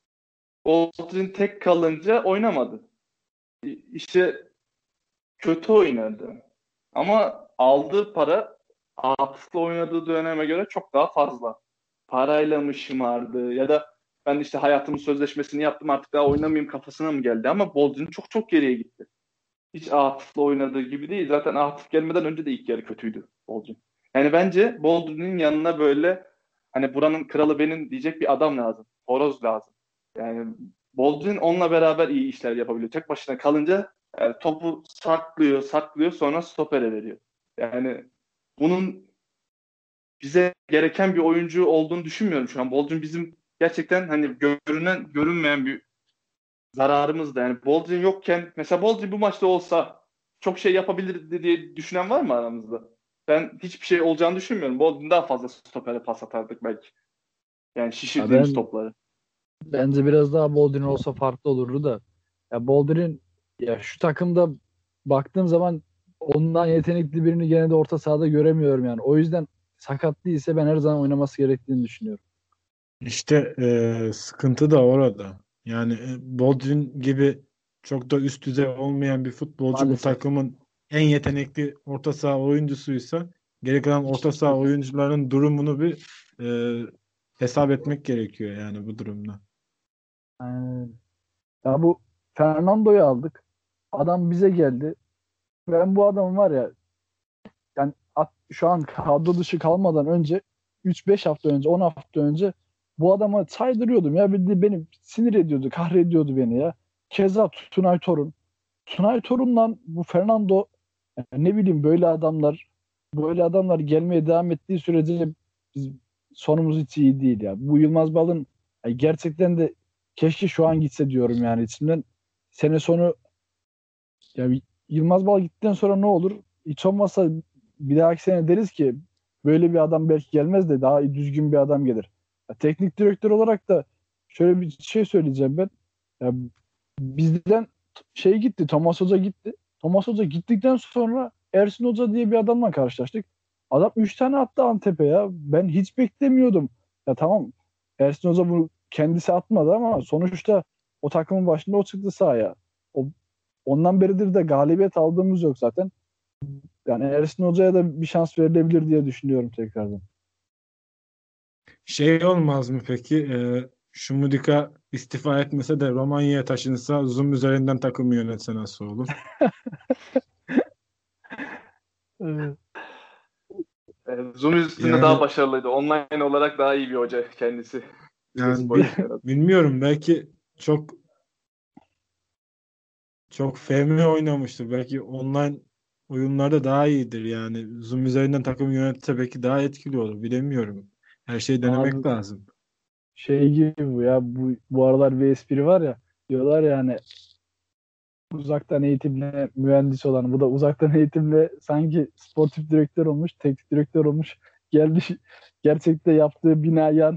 Boldin tek kalınca oynamadı. İşte kötü oynadı. Ama aldığı para Atıf'la oynadığı döneme göre çok daha fazla. Parayla mı şımardı ya da ben işte hayatımın sözleşmesini yaptım artık daha oynamayayım kafasına mı geldi ama Boldrin çok çok geriye gitti. Hiç Atıf'la oynadığı gibi değil. Zaten Atıf gelmeden önce de ilk yarı kötüydü Boldrin. Yani bence Boldrin'in yanına böyle hani buranın kralı benim diyecek bir adam lazım. Horoz lazım. Yani Boldrin onunla beraber iyi işler yapabiliyor. Tek başına kalınca topu saklıyor sonra stopere veriyor. Yani bunun bize gereken bir oyuncu olduğunu düşünmüyorum şu an. Boldrin bizim gerçekten hani görünmeyen bir zararımız da. Yani Boldrin yokken mesela Boldrin bu maçta olsa çok şey yapabilirdi diye düşünen var mı aramızda? Ben hiçbir şey olacağını düşünmüyorum. Boldrin daha fazla stopere pas atardık belki. Yani Ya şişirdiğimiz ben topları. bence biraz daha Boldrin olsa farklı olurdu da. Ya Boldrin ya şu takımda baktığım zaman ondan yetenekli birini gene de orta sahada göremiyorum yani. O yüzden sakat değilse ben her zaman oynaması gerektiğini düşünüyorum. İşte sıkıntı da orada. Yani Bodrin gibi çok da üst düzey olmayan bir futbolcu bu Maalesef. takımın en yetenekli orta saha oyuncusuysa geri kalan orta saha oyuncuların durumunu bir hesap etmek gerekiyor yani bu durumda. Yani, ya bu Fernando'yu aldık. Adam bize geldi. Ben bu adam var ya yani şu an kadro dışı kalmadan önce 3-5 hafta önce 10 hafta önce bu adama saydırıyordum ya beni sinir ediyordu kahrediyordu beni ya. Keza Tunay Torun. Tunay Torun'la bu Fernando yani ne bileyim böyle adamlar gelmeye devam ettiği sürece biz sonumuz hiç iyi değil ya. Bu Yılmaz Bal'ın yani gerçekten de keşke şu an gitse diyorum yani içimden. Sene sonu ya Yılmaz Bal gittikten sonra ne olur? Hiç olmazsa bir dahaki sene deriz ki böyle bir adam belki gelmez de daha düzgün bir adam gelir. Ya, teknik direktör olarak da şöyle bir şey söyleyeceğim ben. Ya, bizden şey gitti, Thomas Hoca gitti. Thomas Hoca gittikten sonra Ersin Hoca diye bir adamla karşılaştık. Adam 3 tane attı Antep'e ya. Ben hiç beklemiyordum. Ya tamam Ersin Hoca bunu kendisi atmadı ama sonuçta o takımın başında o çıktı sahaya. O Ondan beridir de galibiyet aldığımız yok zaten. Yani Ersin Hoca'ya da bir şans verilebilir diye düşünüyorum tekrardan. Şey olmaz mı peki? Şumudika istifa etmese de Romanya'ya taşınsa Zoom üzerinden takımı yönetse nasıl olur? Evet. Zoom üstünde daha Yani başarılıydı. Online olarak daha iyi bir hoca kendisi. yani Rizespor için herhalde. bilmiyorum belki çok çok FM oynamıştır. Belki online oyunlarda daha iyidir yani. Zoom üzerinden takım yönetse belki daha etkili olur. Bilemiyorum. Her şeyi Abi denemek lazım. şey gibi bu ya, bu aralar bir espri var ya, diyorlar ya hani uzaktan eğitimle mühendis olan, bu da uzaktan eğitimle sanki sportif direktör olmuş, teknik direktör olmuş, gelmiş gerçekte yaptığı bina yan.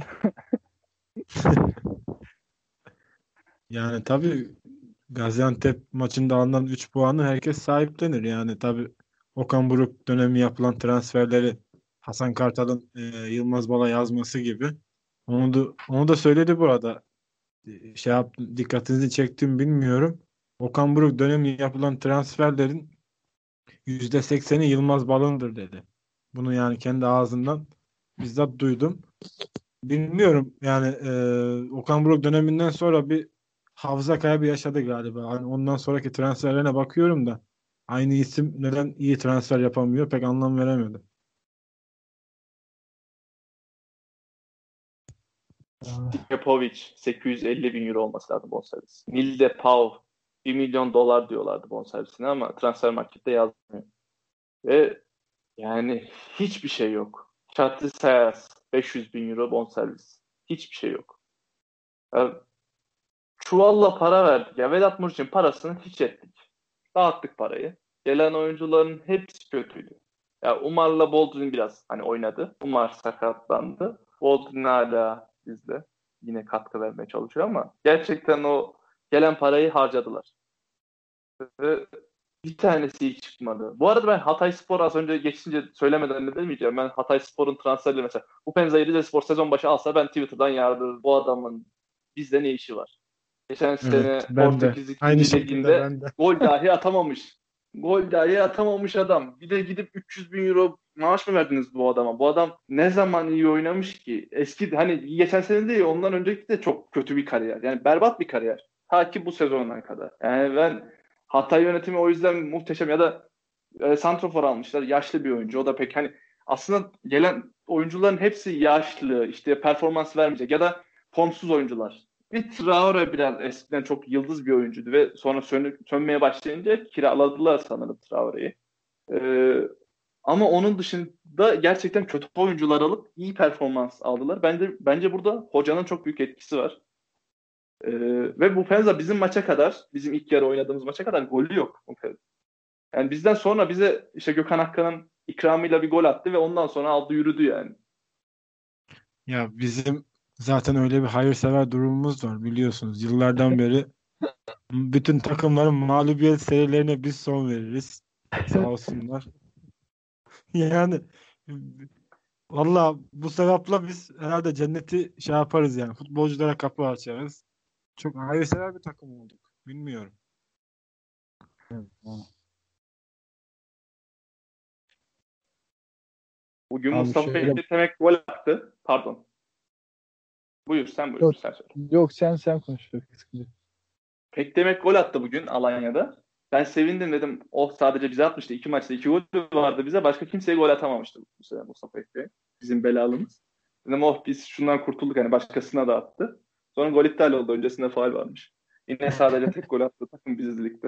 Yani tabii Gaziantep maçında alınan 3 puanı herkes sahiplenir. Yani tabii Okan Buruk dönemi yapılan transferleri Hasan Kartal'ın Yılmaz Bala yazması gibi. Onu da söyledi bu arada. Şey yap, dikkatinizi çektim bilmiyorum. Okan Buruk dönemi yapılan transferlerin %80'i Yılmaz Balın'dır dedi. Bunu yani kendi ağzından bizzat duydum. Bilmiyorum yani Okan Buruk döneminden sonra bir hafıza kaybı yaşadı galiba. Hani ondan sonraki transferlerine bakıyorum da aynı isim neden iyi transfer yapamıyor pek anlam veremedim. Jepovic 850 bin euro olması lazım bonservis. Nilde Pau 1 milyon dolar diyorlardı bonservisine ama transfer markette yazmıyor. Ve yani hiçbir şey yok. Çatı Sayas 500 bin euro bonservis. Hiçbir şey yok. Ya, çuvalla para verdik. Ya Vedat Muriç'in parasını hiç ettik. Dağıttık parayı. Gelen oyuncuların hepsi kötüydü. Ya Umar'la Boldrin biraz hani oynadı. Umar sakatlandı. Boldrin hala bizde. Yine katkı vermeye çalışıyor ama gerçekten o gelen parayı harcadılar. Ve bir tanesi iyi çıkmadı. Bu arada ben Hatayspor az önce geçince söylemeden ne demeyeceğim. Ben Hatayspor'un transferleri mesela Upenza'yı Rizespor sezon başı alsa ben Twitter'dan yardırırım. Bu adamın bizde ne işi var? Geçen Evet, sene ben de. Portekiz Aynı 2. şekilde Liginde ben de. gol dahi atamamış. Gol dahi atamamış adam. Bir de gidip 300 bin euro maaş mı verdiniz bu adama? Bu adam ne zaman iyi oynamış ki? Eski hani geçen sene değil ondan önceki de çok kötü bir kariyer. Yani berbat bir kariyer. Ta ki bu sezondan kadar. Yani ben Hatay yönetimi o yüzden muhteşem ya da santrofor almışlar. Yaşlı bir oyuncu. O da pek hani aslında gelen oyuncuların hepsi yaşlı. İşte performans vermeyecek ya da formsuz oyuncular. Bir Traore biraz eskiden çok yıldız bir oyuncuydu ve sonra sönmeye başlayınca kiraladılar sanırım Traore'yi. Ee, ama onun dışında gerçekten kötü oyuncular alıp iyi performans aldılar. Bence burada hocanın çok büyük etkisi var. Ee, ve bu Penza bizim maça kadar, bizim ilk yarı oynadığımız maça kadar golü yok. Yani bizden sonra bize işte Gökhan Akkan'ın ikramıyla bir gol attı ve ondan sonra aldı yürüdü yani. Ya bizim zaten öyle bir hayırsever durumumuz var biliyorsunuz. Yıllardan beri bütün takımların mağlubiyet serilerine biz son veririz. Sağ olsunlar. Yani valla bu sebepla biz herhalde cenneti şey yaparız yani. Futbolculara kapı açarız. Çok hayırsever bir takım olduk. Bilmiyorum. Bugün Abi Mustafa şöyle, Peklemek gol attı. Pardon. Buyur sen buyur yok, sen söyle. yok, sen konuş. Yok, sıkıntı yok. Peklemek gol attı bugün Alanya'da. Ben sevindim dedim. Oh sadece bize atmıştı. 2 maçta 2 gol vardı bize. Başka kimseye gol atamamıştı bu sene Mustafa Peklemek. Bizim belalımız. Dedim oh biz şundan kurtulduk. Hani başkasına da attı. Sonra gol iptal oldu. Öncesinde faul varmış. Yine sadece tek gol attı takım biziz ligde.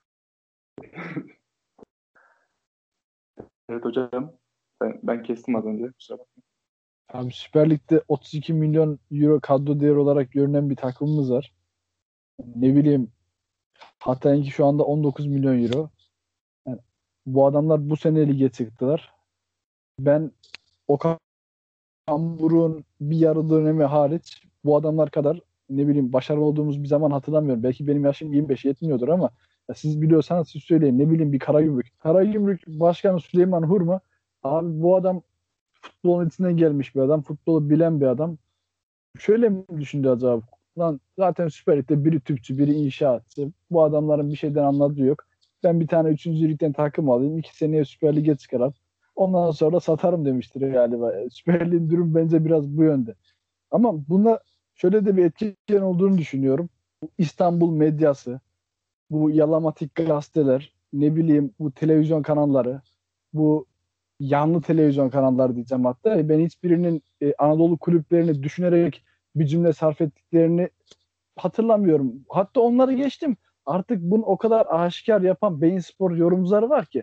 Evet hocam. Ben kestim az önce. Kusura bakma. Abi Süper Lig'de 32 milyon euro kadro değeri olarak görünen bir takımımız var. Ne bileyim, Hatay'ınki şu anda 19 milyon euro. Yani bu adamlar bu sene lige çıktılar. Ben Okan Buruk'un bir yarı dönemi hariç bu adamlar kadar ne bileyim başarılı olduğumuz bir zaman hatırlamıyorum. Belki benim yaşım 25 yetmiyordur ama ya siz biliyorsanız siz söyleyin. Ne bileyim, bir Karagümrük. Karagümrük Başkanı Süleyman Hurma. Abi bu adam futbolun içinden gelmiş bir adam. Futbolu bilen bir adam. Şöyle mi düşündü acaba? Lan zaten Süper Lig'de biri tüpçü, biri inşaatçı. Bu adamların bir şeyden anladığı yok. Ben bir tane 3. ligden takım alayım. 2 seneye Süper Lig'e çıkarım. Ondan sonra da satarım demiştir galiba. Süper Lig'in durum bence biraz bu yönde. Ama bunda şöyle de bir etken olduğunu düşünüyorum. Bu İstanbul medyası, bu yalamatik gazeteler, ne bileyim bu televizyon kanalları, bu yanlı televizyon kanalları diyeceğim hatta. Ben hiçbirinin Anadolu kulüplerini düşünerek bir cümle sarf ettiklerini hatırlamıyorum. Hatta onları geçtim. Artık bunu o kadar aşikar yapan Bein Spor yorumcuları var ki.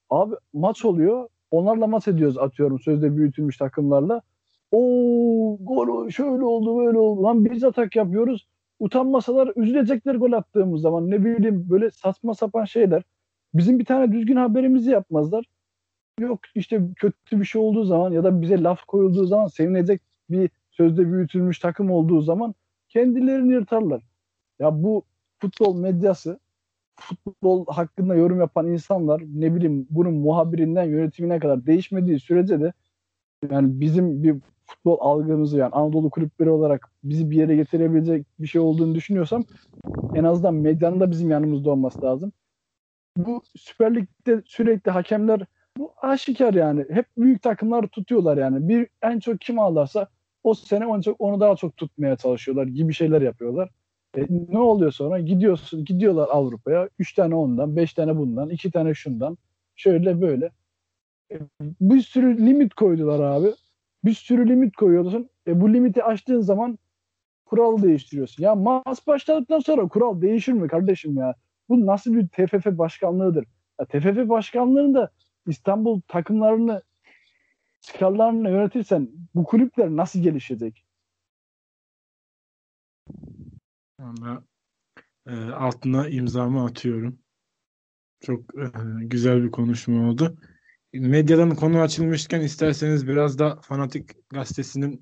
Abi maç oluyor. Onlarla maç ediyoruz atıyorum sözde büyütülmüş takımlarla. O gol şöyle oldu böyle oldu. Lan biz atak yapıyoruz. Utanmasalar üzülecekler gol attığımız zaman. Ne bileyim böyle saçma sapan şeyler. Bizim bir tane düzgün haberimizi yapmazlar. Yok işte kötü bir şey olduğu zaman ya da bize laf koyulduğu zaman sevinecek bir sözde büyütülmüş takım olduğu zaman kendilerini yırtarlar. Ya bu futbol medyası, futbol hakkında yorum yapan insanlar ne bileyim bunun muhabirinden yönetimine kadar değişmediği sürece de yani bizim bir futbol algımızı yani Anadolu kulüpleri olarak bizi bir yere getirebilecek bir şey olduğunu düşünüyorsam en azından medyanın da bizim yanımızda olması lazım. Bu Süper Lig'de sürekli hakemler bu aşikar yani. Hep büyük takımlar tutuyorlar yani. Bir en çok kim ağlarsa o sene onu daha çok tutmaya çalışıyorlar gibi şeyler yapıyorlar. Ne oluyor sonra? Gidiyorlar Avrupa'ya. 3 tane ondan, 5 tane bundan, 2 tane şundan. Şöyle böyle. Bir sürü limit koydular abi. Bir sürü limit koyuyorsun. Bu limiti aştığın zaman kural değiştiriyorsun. Ya maç başladıktan sonra kural değişir mi kardeşim ya? Bu nasıl bir TFF başkanlığıdır? Ya TFF başkanlığını da İstanbul takımlarını çıkarlarını yönetirsen bu kulüpler nasıl gelişecek? Ama altına imzamı atıyorum. Çok güzel bir konuşma oldu. Medyadan konu açılmışken isterseniz biraz da Fanatik Gazetesi'nin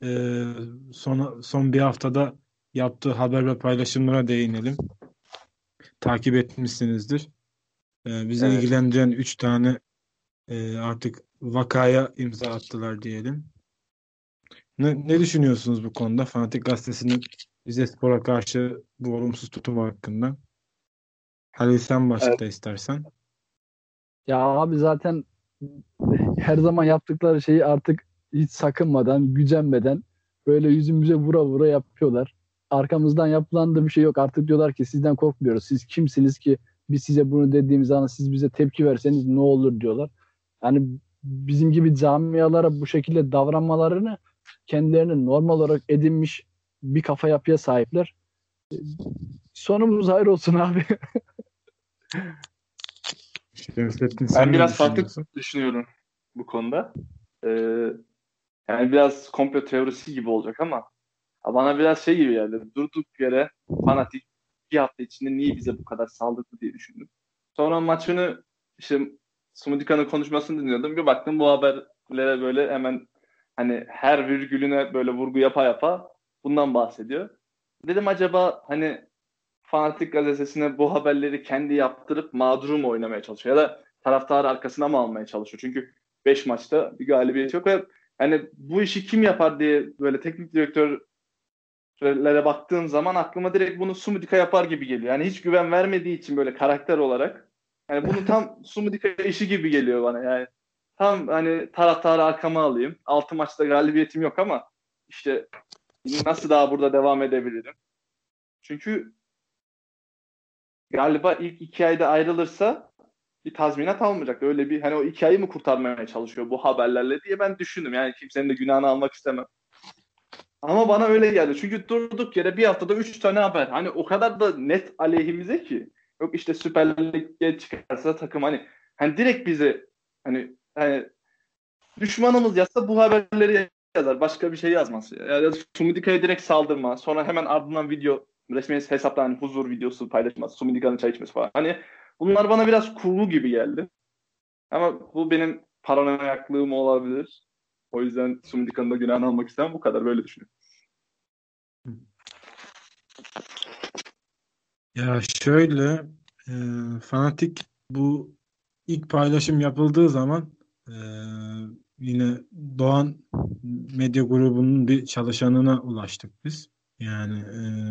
son bir haftada yaptığı haber ve paylaşımlara değinelim. Takip etmişsinizdir. Bizi Evet. ilgilendiren 3 tane artık vakaya imza attılar diyelim. Ne düşünüyorsunuz bu konuda? Fanatik Gazetesi'nin Rizespor'a karşı bu olumsuz tutumu hakkında? Halil sen Evet. başla istersen. Ya abi zaten her zaman yaptıkları şeyi artık hiç sakınmadan, gücenmeden böyle yüzümüze vura vura yapıyorlar. Arkamızdan yapılan da bir şey yok. Artık diyorlar ki sizden korkmuyoruz. Siz kimsiniz ki biz size bunu dediğimiz an siz bize tepki verseniz ne olur diyorlar. Yani bizim gibi camialara bu şekilde davranmalarını kendilerini normal olarak edinmiş bir kafa yapıya sahipler. Sonumuz hayır olsun abi. Şemsettin Ben sen ne biraz farklı düşünüyorsun? düşünüyorum bu konuda. Ee, Yani biraz komplo teorisi gibi olacak ama bana biraz şey gibi geldi. Durduk yere fanatik bir hafta içinde niye bize bu kadar saldırdı diye düşündüm. Sonra maçını işte Sumudika'nın konuşmasını dinliyordum. Bir baktım bu haberlere böyle hemen hani her virgülüne böyle vurgu yapa yapa bundan bahsediyor. Dedim acaba hani Fanatik gazetesine bu haberleri kendi yaptırıp mağduru mu oynamaya çalışıyor ya da taraftarı arkasına mı almaya çalışıyor? Çünkü 5 maçta bir galibiyet yok ve hani bu işi kim yapar diye böyle teknik direktörlere baktığım zaman aklıma direkt bunu Sumudika yapar gibi geliyor. Yani hiç güven vermediği için böyle karakter olarak yani bunu tam Sumudika işi gibi geliyor bana yani. Tam hani taraftarı arkama alayım. 6 maçta galibiyetim yok ama işte nasıl daha burada devam edebilirim? Çünkü galiba ilk 2 ayda ayrılırsa bir tazminat almayacak. Öyle bir hani o 2 ayı mı kurtarmaya çalışıyor bu haberlerle diye ben düşündüm. Yani kimsenin de günahını almak istemem. Ama bana öyle geldi. Çünkü durduk yere bir haftada 3 tane haber. Hani o kadar da net aleyhimize ki. Yok işte Süper Lig'e çıkarsa takım hani direkt bize hani düşmanımız yazsa bu haberleri yazar. Başka bir şey yazmaz. Ya da Sumidika'ya direkt saldırma. Sonra hemen ardından resmi hesaptan hani huzur videosu paylaşması. Sumidika'nın çay içmesi falan. Hani bunlar bana biraz kurgu gibi geldi. Ama bu benim paranoyaklığım olabilir. O yüzden Sumidika'nın da günahını almak istemem. Bu kadar böyle düşünüyorum. Ya şöyle e, Fanatik bu ilk paylaşım yapıldığı zaman e, yine Doğan Medya Grubu'nun bir çalışanına ulaştık biz. Yani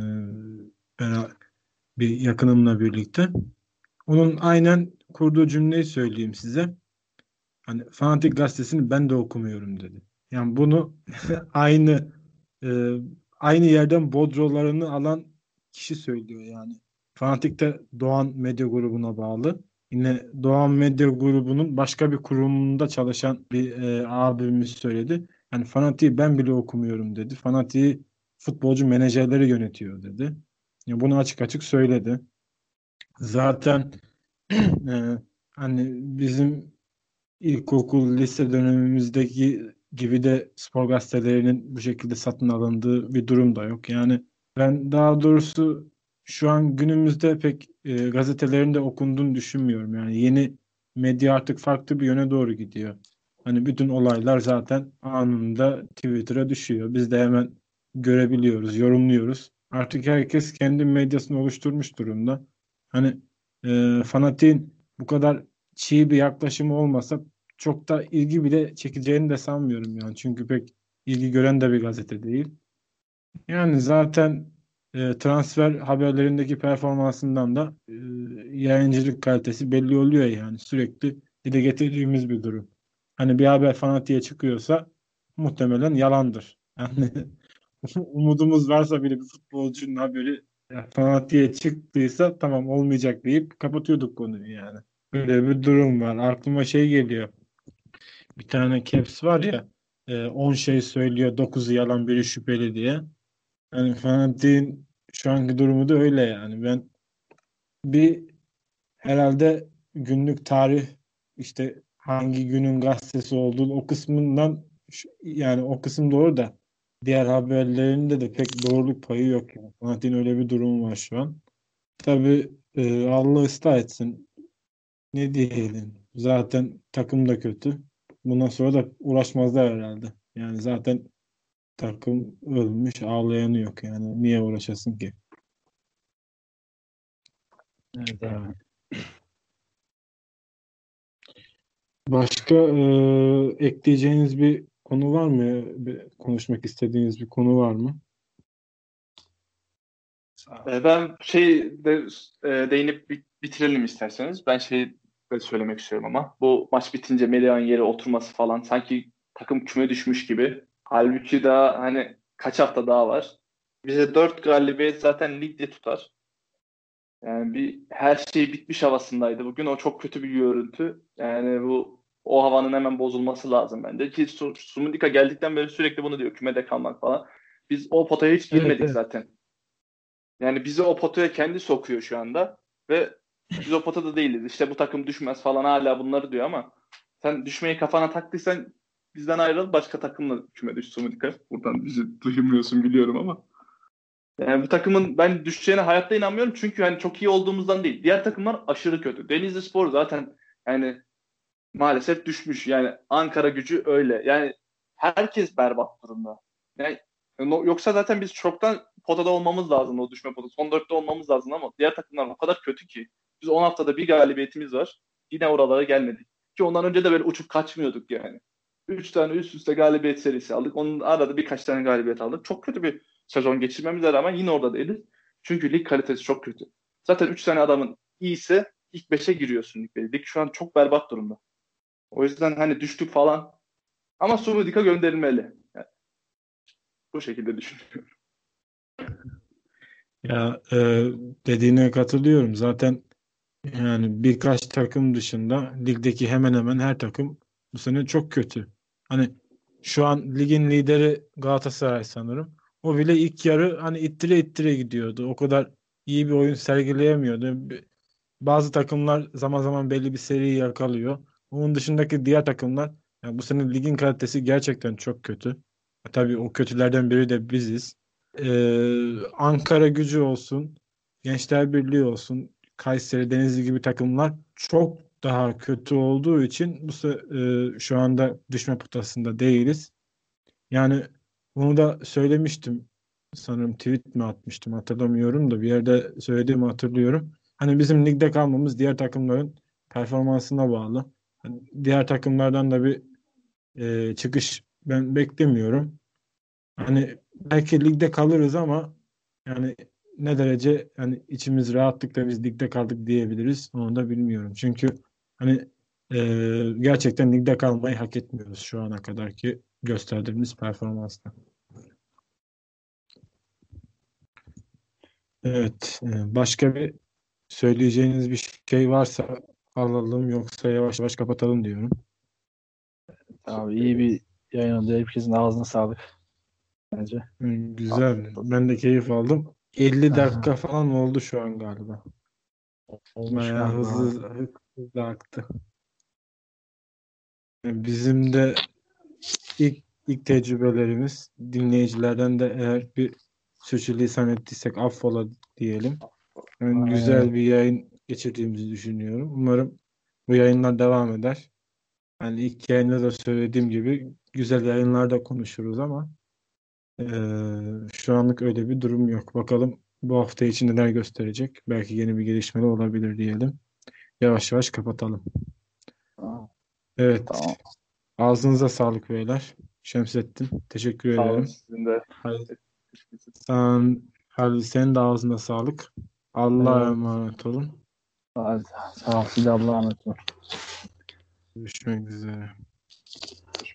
bir yakınımla birlikte. Onun aynen kurduğu cümleyi söyleyeyim size. Hani Fanatik Gazetesi'ni ben de okumuyorum dedi. Yani bunu aynı e, aynı yerden bodrolarını alan kişi söylüyor yani. Fanatik de Doğan Medya Grubu'na bağlı. Yine Doğan Medya Grubu'nun başka bir kurumunda çalışan bir abimiz söyledi. Yani Fanatik'i ben bile okumuyorum dedi. Fanatik'i futbolcu menajerleri yönetiyor dedi. Yani bunu açık açık söyledi. Zaten e, hani bizim ilkokul, lise dönemimizdeki gibi de spor gazetelerinin bu şekilde satın alındığı bir durum da yok. Yani ben daha doğrusu şu an günümüzde pek gazetelerin de okunduğunu düşünmüyorum. Yani yeni medya artık farklı bir yöne doğru gidiyor. Hani bütün olaylar zaten anında Twitter'a düşüyor. Biz de hemen görebiliyoruz, yorumluyoruz. Artık herkes kendi medyasını oluşturmuş durumda. Hani fanatiğin bu kadar çiğ bir yaklaşımı olmasa çok da ilgi bile çekeceğini de sanmıyorum yani. Çünkü pek ilgi gören de bir gazete değil. Yani zaten transfer haberlerindeki performansından da yayıncılık kalitesi belli oluyor yani. Sürekli dile getirdiğimiz bir durum. Hani bir haber fanatiğe çıkıyorsa muhtemelen yalandır. Yani umudumuz varsa bile bir futbolcunun haberi fanatiğe çıktıysa tamam olmayacak deyip kapatıyorduk konuyu yani. Böyle bir durum var. Aklıma şey geliyor. Bir tane caps var ya 10 şey söylüyor 9'u yalan biri şüpheli diye. Yani fanatiğin şu anki durumu da öyle yani. Ben bir herhalde günlük tarih işte hangi günün gazetesi olduğu o kısmından yani o kısım doğru da diğer haberlerinde de pek doğruluk payı yok yani. Fanatiğin öyle bir durumu var şu an. Tabii Allah ıslah etsin. Ne diyelim? Zaten takım da kötü. Bundan sonra da uğraşmazlar herhalde. Yani zaten takım ölmüş, ağlayanı yok yani. Niye uğraşasın ki? Evet abi. Başka ekleyeceğiniz bir konu var mı? Konuşmak istediğiniz bir konu var mı? Ben değinip bitirelim isterseniz. Ben şey de söylemek istiyorum ama. Bu maç bitince Meliah'ın yere oturması falan sanki takım küme düşmüş gibi. Halbuki daha hani kaç hafta daha var. Bize 4 galibiyet zaten ligde tutar. Yani her şey bitmiş havasındaydı. Bugün o çok kötü bir görüntü. Yani o havanın hemen bozulması lazım bence. Ki Sumudika geldikten beri sürekli bunu diyor. Kümede kalmak falan. Biz o potaya hiç Evet, girmedik evet. zaten. Yani bizi o potaya kendi sokuyor şu anda ve biz o potada değiliz. İşte bu takım düşmez falan hala bunları diyor ama sen düşmeyi kafana taktıysan bizden ayrıl başka takımla küme düş Sumudika. Buradan bizi duymuyorsun biliyorum ama. Yani bu takımın ben düşeceğine hayatta inanmıyorum çünkü hani çok iyi olduğumuzdan değil. Diğer takımlar aşırı kötü. Denizlispor zaten yani maalesef düşmüş. Yani Ankara Gücü öyle. Yani herkes berbat durumda. Yani yoksa zaten biz çoktan potada olmamız lazım o düşme potası. Son dörtte olmamız lazım ama diğer takımlar o kadar kötü ki. Biz 10 haftada bir galibiyetimiz var. Yine oralara gelmedik. Ki ondan önce de böyle uçup kaçmıyorduk yani. 3 tane üst üste galibiyet serisi aldık. Onun arada birkaç tane galibiyet aldık. Çok kötü bir sezon geçirmemize rağmen yine orada değiliz. Çünkü lig kalitesi çok kötü. Zaten 3 tane adamın iyiyse ilk 5'e giriyorsun ligde. Lig şu an çok berbat durumda. O yüzden hani düştük falan. Ama Subudika gönderilmeli. Yani bu şekilde düşünüyorum. Ya dediğine katılıyorum. Zaten yani birkaç takım dışında ligdeki hemen hemen her takım bu sene çok kötü. Hani şu an ligin lideri Galatasaray sanırım. O bile ilk yarı hani ittire ittire gidiyordu. O kadar iyi bir oyun sergileyemiyordu. Bazı takımlar zaman zaman belli bir seriyi yakalıyor. Onun dışındaki diğer takımlar yani bu sene ligin kalitesi gerçekten çok kötü. Tabii o kötülerden biri de biziz. Ankara Gücü olsun, Gençler Birliği olsun, Kayseri, Denizli gibi takımlar çok daha kötü olduğu için şu anda düşme potasında değiliz. Yani bunu da söylemiştim. Sanırım tweet mi atmıştım hatırlamıyorum da bir yerde söylediğimi hatırlıyorum. Hani bizim ligde kalmamız diğer takımların performansına bağlı. Hani diğer takımlardan da bir çıkış ben beklemiyorum. Hani belki ligde kalırız ama yani ne derece yani içimiz rahatlıkla biz ligde kaldık diyebiliriz onu da bilmiyorum. Çünkü hani gerçekten ligde kalmayı hak etmiyoruz şu ana kadarki gösterdiğimiz performansla. Evet, başka bir söyleyeceğiniz bir şey varsa alalım yoksa yavaş yavaş kapatalım diyorum. Abi iyi bir yayın oldu. Herkesin ağzına sağlık bence. Güzel. Afiyet olsun. Ben de keyif aldım. 50 dakika falan oldu şu an galiba. Olmuş Bayağı galiba abi. hızlı aktı. Bizim de ilk tecrübelerimiz, dinleyicilerden de eğer bir sürçülisan ettiysek affola diyelim. Yani Aynen. güzel bir yayın geçirdiğimizi düşünüyorum. Umarım bu yayınlar devam eder. Hani ilk yayında da söylediğim gibi güzel yayınlarda konuşuruz ama şu anlık öyle bir durum yok. Bakalım bu hafta için neler gösterecek. Belki yeni bir gelişme de olabilir diyelim. Yavaş yavaş kapatalım. Tamam. Evet. Tamam. Ağzınıza sağlık beyler. Şemsettin. Teşekkür Sağ olun ederim. sizin de. Hadi, hadi senin de ağzına sağlık. Allah'a Evet. emanet olun. Hadi, sağ ol. Size Allah'a emanet olun. Görüşmek üzere.